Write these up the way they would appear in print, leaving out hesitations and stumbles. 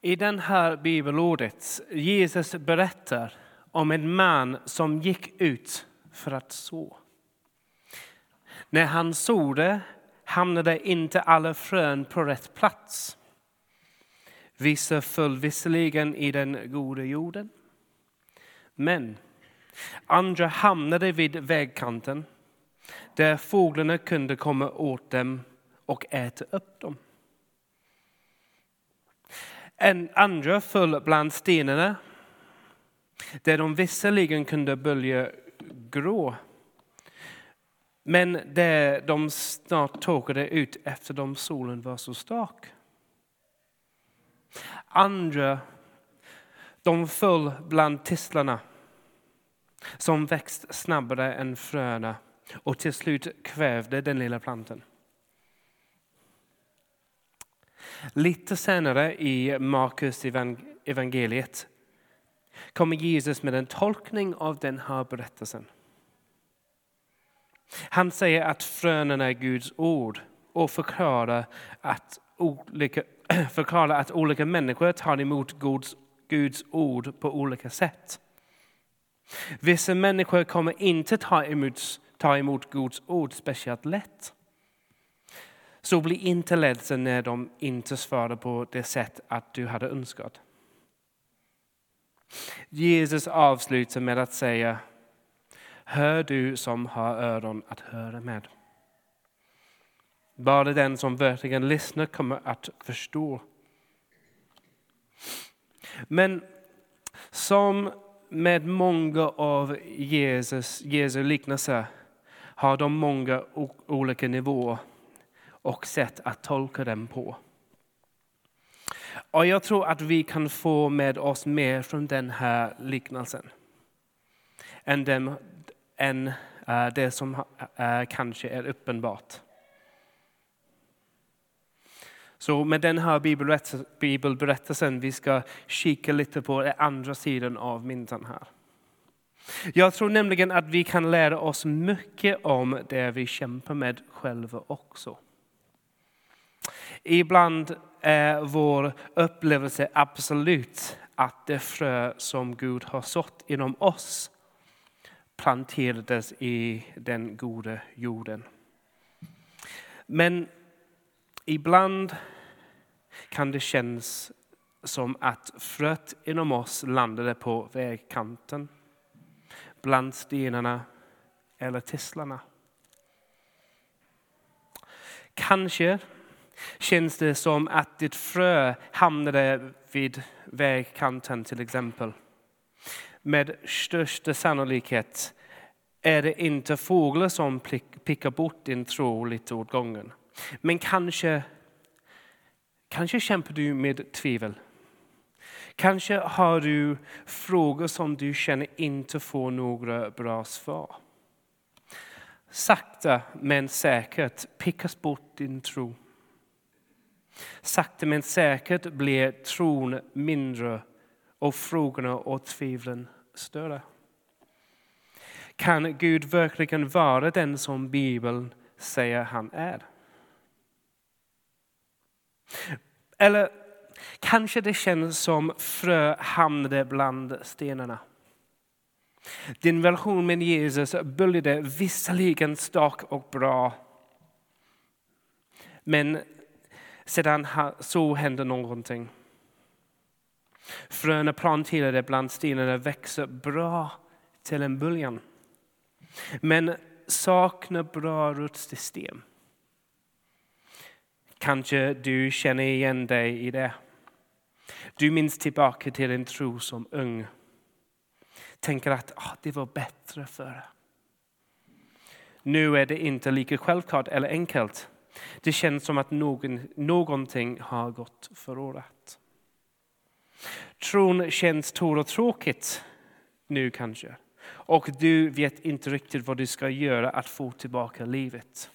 I den här bibelordet, Jesus berättar om en man som gick ut för att så. När han sådde hamnade inte alla frön på rätt plats. Vissa föll visserligen i den goda jorden. Men andra hamnade vid vägkanten där fåglarna kunde komma åt dem och äta upp dem. Andra föll bland stenarna där de visserligen kunde börja grå. Men där de snart torkade ut efter solen var så stark. Andra, de föll bland tistlarna som växt snabbare än fröna och till slut kvävde den lilla plantan. Lite senare i Markus evangeliet kommer Jesus med en tolkning av den här berättelsen. Han säger att frönen är Guds ord och förklarar att olika människor tar emot Guds ord på olika sätt. Vissa människor kommer inte ta emot Guds ord speciellt lätt. Så bli inte ledsen när de inte svarar på det sätt att du hade önskat. Jesus avslutar med att säga: hör du som har öron att höra med. Bara den som verkligen lyssnar kommer att förstå. Men som med många av Jesu liknelser har de många olika nivåer och sätt att tolka dem på. Och jag tror att vi kan få med oss mer från den här liknelsen än det som kanske är uppenbart. Så med den här bibelberättelsen vi ska kika lite på den andra sidan av mynten här. Jag tror nämligen att vi kan lära oss mycket om det vi kämpar med själva också. Ibland är vår upplevelse absolut att det frö som Gud har sått inom oss planterades i den goda jorden. Men ibland kan det kännas som att fröet inom oss landade på vägkanten, bland stenarna eller tistlarna. Kanske känns det som att ditt frö hamnade vid vägkanten till exempel. Med största sannolikhet är det inte fåglar som pickar bort din tro lite åt gången. Men kanske kämpar du med tvivel. Kanske har du frågor som du känner inte får några bra svar. Sakta men säkert pickas bort din tro. Sakta men säkert blir tron mindre och frågorna och tvivlen större. Kan Gud verkligen vara den som Bibeln säger han är? Eller kanske det känns som frö hamnade bland stenarna. Din relation med Jesus började visserligen stark och bra. Men sedan så hände någonting. Fröna planterade bland stenarna växer bra till en början. Men saknar bra rotsystem. Kanske du känner igen dig i det. Du minns tillbaka till en tro som ung. Tänker att det var bättre förr. Nu är det inte lika självklart eller enkelt. Det känns som att någonting har gått förlorat. Tron känns torr och tråkigt nu kanske. Och du vet inte riktigt vad du ska göra att få tillbaka livet.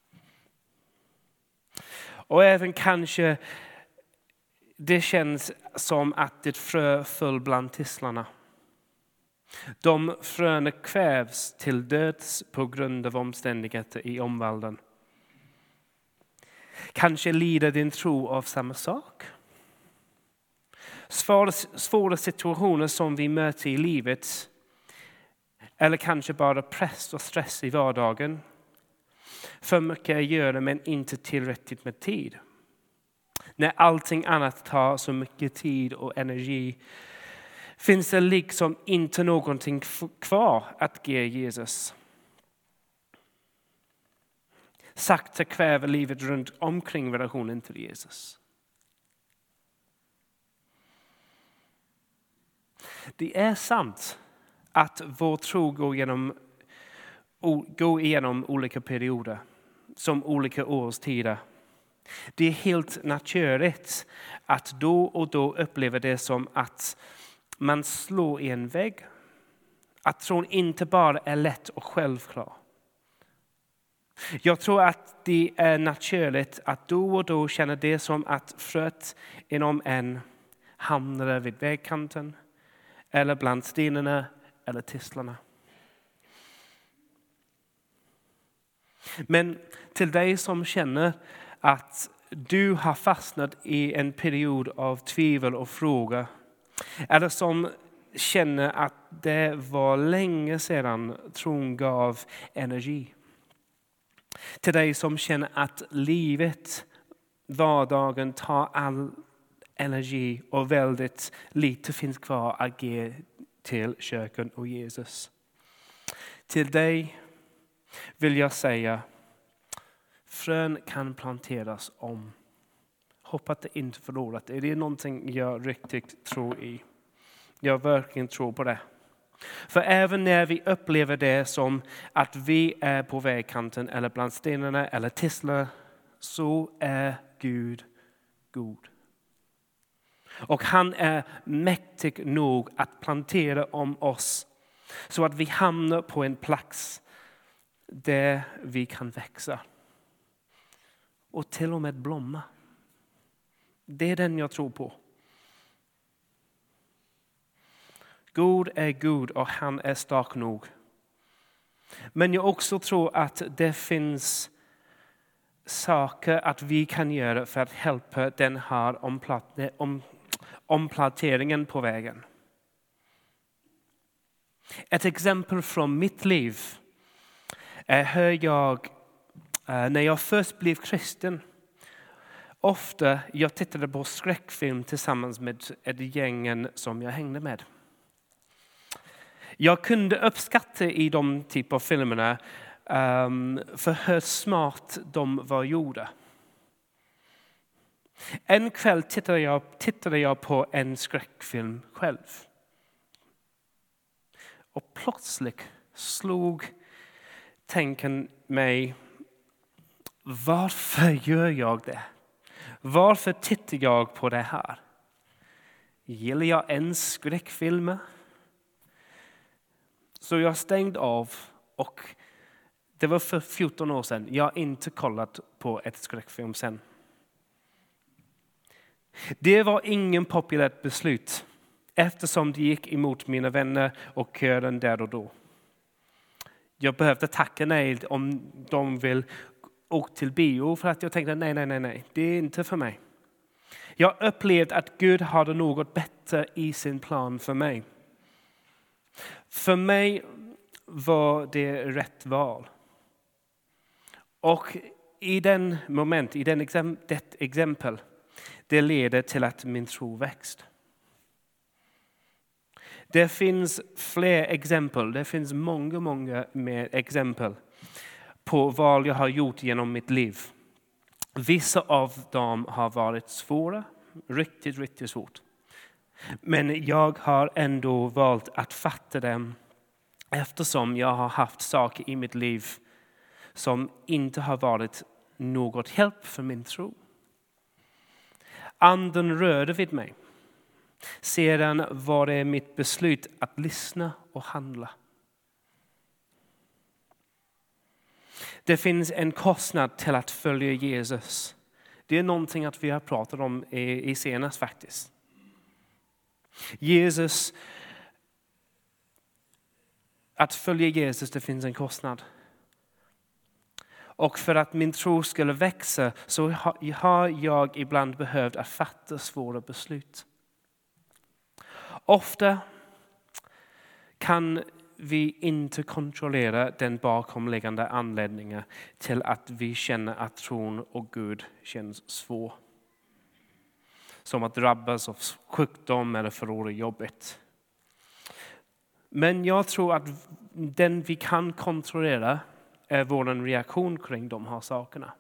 Och även kanske det känns som att ditt frö föll bland tistlarna. De fröna kvävs till döds på grund av omständigheter i omvärlden. Kanske lider din tro av samma sak. Svåra situationer som vi möter i livet, eller kanske bara press och stress i vardagen. För mycket att göra men inte tillräckligt med tid. När allting annat tar så mycket tid och energi finns det liksom inte någonting kvar att ge Jesus. Sakta kväver livet runt omkring relationen till Jesus. Det är sant att vår tro går igenom olika perioder, som olika årstider. Det är helt naturligt att då och då uppleva det som att man slår i en vägg. Att tron inte bara är lätt och självklar. Jag tror att det är naturligt att då och då känna det som att fröet inom en hamnar vid vägkanten eller bland stenarna eller tistlarna. Men till dig som känner att du har fastnat i en period av tvivel och fråga, eller som känner att det var länge sedan tron gav energi. Till dig som känner att livet, vardagen tar all energi och väldigt lite finns kvar att ge till kyrkan och Jesus. Till dig vill jag säga, frön kan planteras om. Hoppas att det inte förlorat. Det är någonting jag riktigt tror i. Jag verkligen tror på det. För även när vi upplever det som att vi är på vägkanten eller bland stenarna eller tistlar, så är Gud god. Och han är mäktig nog att plantera om oss så att vi hamnar på en plats där vi kan växa. Och till och med blomma. Det är den jag tror på. God är god och han är stark nog. Men jag också tror att det finns saker att vi kan göra för att hjälpa den här omplanteringen på vägen. Ett exempel från mitt liv är när jag först blev kristen. Ofta jag tittade på skräckfilm tillsammans med ett gängen som jag hängde med. Jag kunde uppskatta i de typer av filmerna för hur smart de var gjorda. En kväll tittade jag på en skräckfilm själv. Och plötsligt slog tanken mig, varför gör jag det? Varför tittar jag på det här? Gillar jag ens skräckfilmer? Så jag stängde av, och det var för 14 år sedan. Jag har inte kollat på ett skräckfilm sen. Det var ingen populärt beslut eftersom det gick emot mina vänner och kören där och då. Jag behövde tacka nej om de vill åka till bio för att jag tänkte nej, det är inte för mig. Jag upplevde att Gud hade något bättre i sin plan för mig. För mig var det rätt val. Och i det exempel, det leder till att min tro växt. Det finns fler exempel, det finns många mer exempel på vad jag har gjort genom mitt liv. Vissa av dem har varit svåra, riktigt svårt. Men jag har ändå valt att fatta dem eftersom jag har haft saker i mitt liv som inte har varit något hjälp för min tro. Anden rörde vid mig. Sedan var det mitt beslut att lyssna och handla. Det finns en kostnad till att följa Jesus. Det är någonting att vi har pratat om i senast faktiskt. Att följa Jesus, det finns en kostnad. Och för att min tro skulle växa så har jag ibland behövt att fatta svåra beslut. Ofta kan vi inte kontrollera den bakomliggande anledningen till att vi känner att tron och Gud känns svår. Som att drabbas av sjukdom eller förlora jobbet. Men jag tror att den vi kan kontrollera är vår reaktion kring de här sakerna.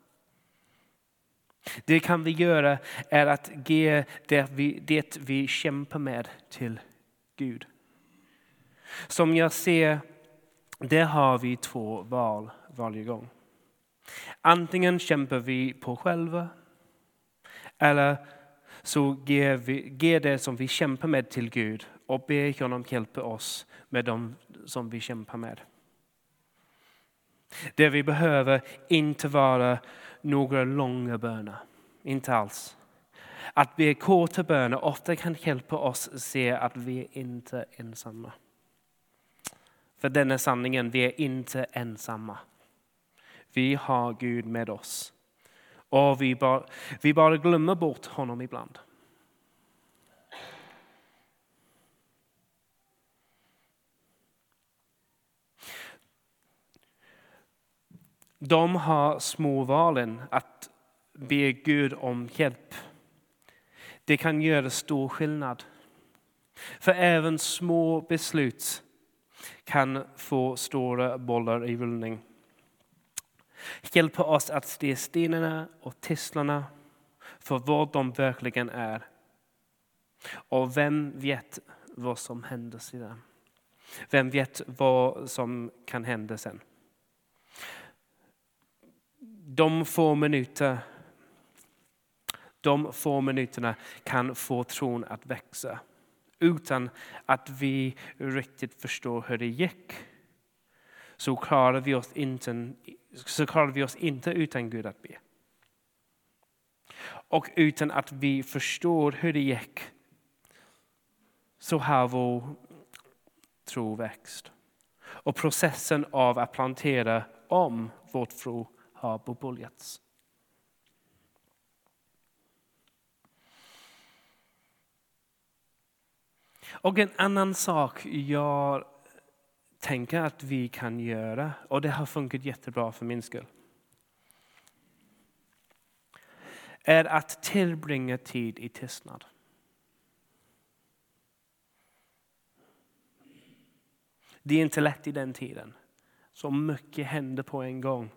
Det kan vi göra är att ge det vi kämpar med till Gud. Som jag ser, det har vi två val varje gång. Antingen kämpar vi på själva eller så ger det som vi kämpar med till Gud och ber honom hjälpa oss med de som vi kämpar med. Det vi behöver inte vara några långa böner. Inte alls. Att be korta böner ofta kan hjälpa oss se att vi inte är ensamma. För den är sanningen, vi är inte ensamma. Vi har Gud med oss. Och vi bara glömmer bort honom ibland. De har små valen att be Gud om hjälp. Det kan göra stor skillnad. För även små beslut kan få stora bollar i rullning. Hjälpa oss att se stenarna och tistlarna för vad de verkligen är. Och vem vet vad som händer sedan? Vem vet vad som kan hända sen? De få minuterna kan få tron att växa. Utan att vi riktigt förstår hur det gick. Så klarar vi oss inte utan Gud att be. Och utan att vi förstår hur det gick. Så har vår tro växt. Och processen av att plantera om vårt tro har påbörjats. Och en annan sak jag tänker att vi kan göra, och det har funkat jättebra för min skull, är att tillbringa tid i tystnad. Det är inte lätt i den tiden. Så mycket händer på en gång.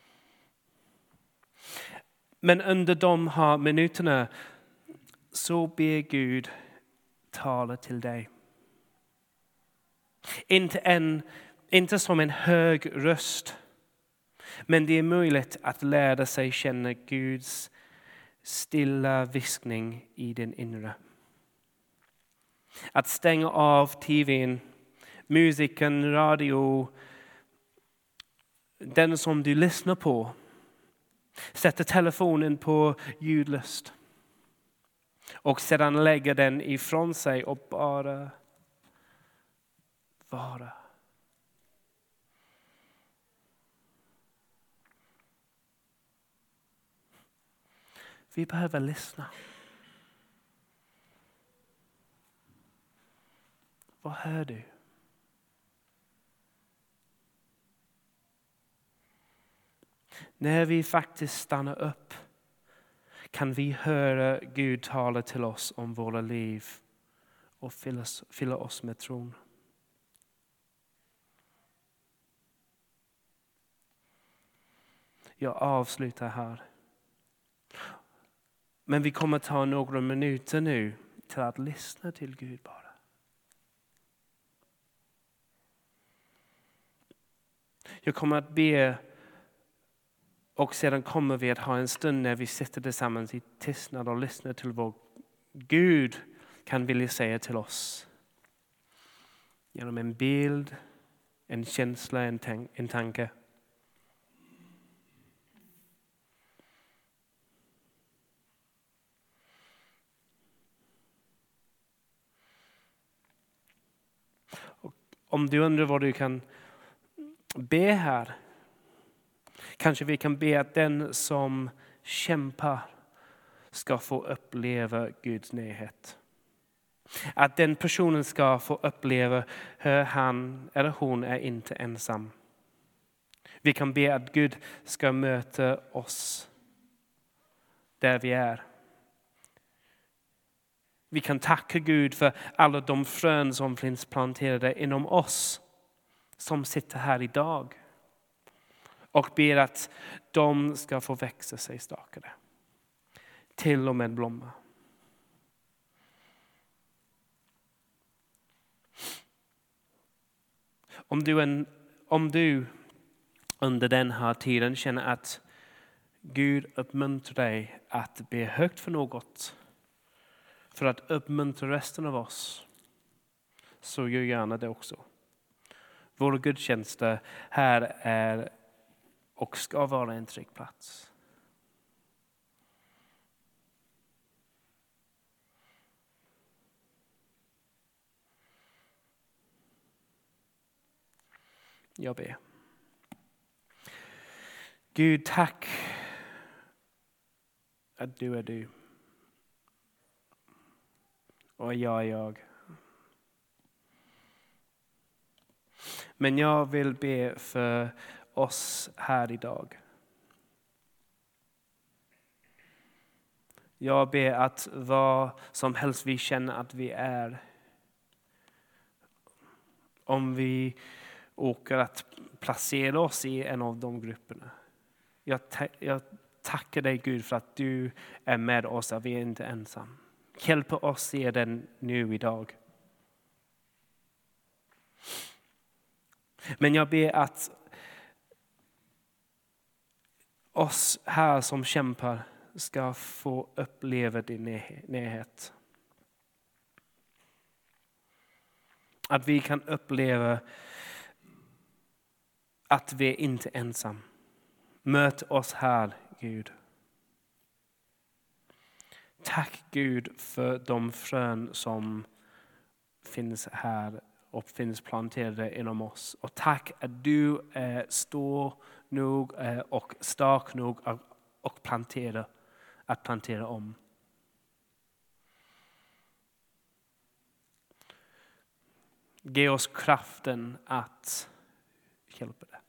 Men under de här minuterna så ber Gud tala till dig. Inte som en hög röst. Men det är möjligt att lära sig känna Guds stilla viskning i din inre. Att stänga av tvn, musiken, radio, den som du lyssnar på. Sätta telefonen på ljudlöst. Och sedan lägga den ifrån sig och bara vara. Vi behöver lyssna. Vad hör du? När vi faktiskt stannar upp kan vi höra Gud tala till oss om våra liv och fylla oss med tron. Jag avslutar här. Men vi kommer ta några minuter nu till att lyssna till Gud bara. Jag kommer att be och sedan kommer vi att ha en stund när vi sitter tillsammans i tystnad och lyssnar till vad Gud kan vilja säga till oss. Genom en bild, en känsla, en tanke. Och om du undrar vad du kan be här. Kanske vi kan be att den som kämpar ska få uppleva Guds närhet. Att den personen ska få uppleva hur han eller hon är inte ensam. Vi kan be att Gud ska möta oss där vi är. Vi kan tacka Gud för alla de frön som finns planterade inom oss som sitter här idag. Och ber att de ska få växa sig starkare. Till och med blomma. Om du under den här tiden känner att Gud uppmuntrar dig att be högt för något, för att uppmuntra resten av oss, så gör gärna det också. Våra gudstjänster här är och ska vara en trygg plats. Jag ber. Gud, tack att du är du. Och jag är jag. Men jag vill be för oss här idag. Jag ber att vad som helst vi känner att vi är, om vi åker att placera oss i en av de grupperna. Jag tackar dig Gud för att du är med oss, att vi är inte ensam. Hjälp oss se den nu idag. Men jag ber att oss här som kämpar ska få uppleva din närhet. Att vi kan uppleva att vi inte är ensam. Möt oss här, Gud. Tack Gud för de frön som finns här och finns planterade inom oss. Och tack att du är stor nog och stark nog att plantera om. Ge oss kraften att hjälpa det.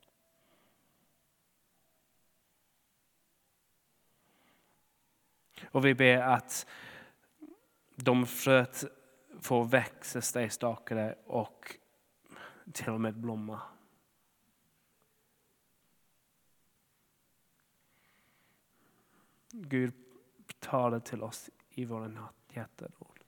Och vi ber att de fröet får växa sig starkare och till och med blomma. Gud, tala till oss i våra hjärtan.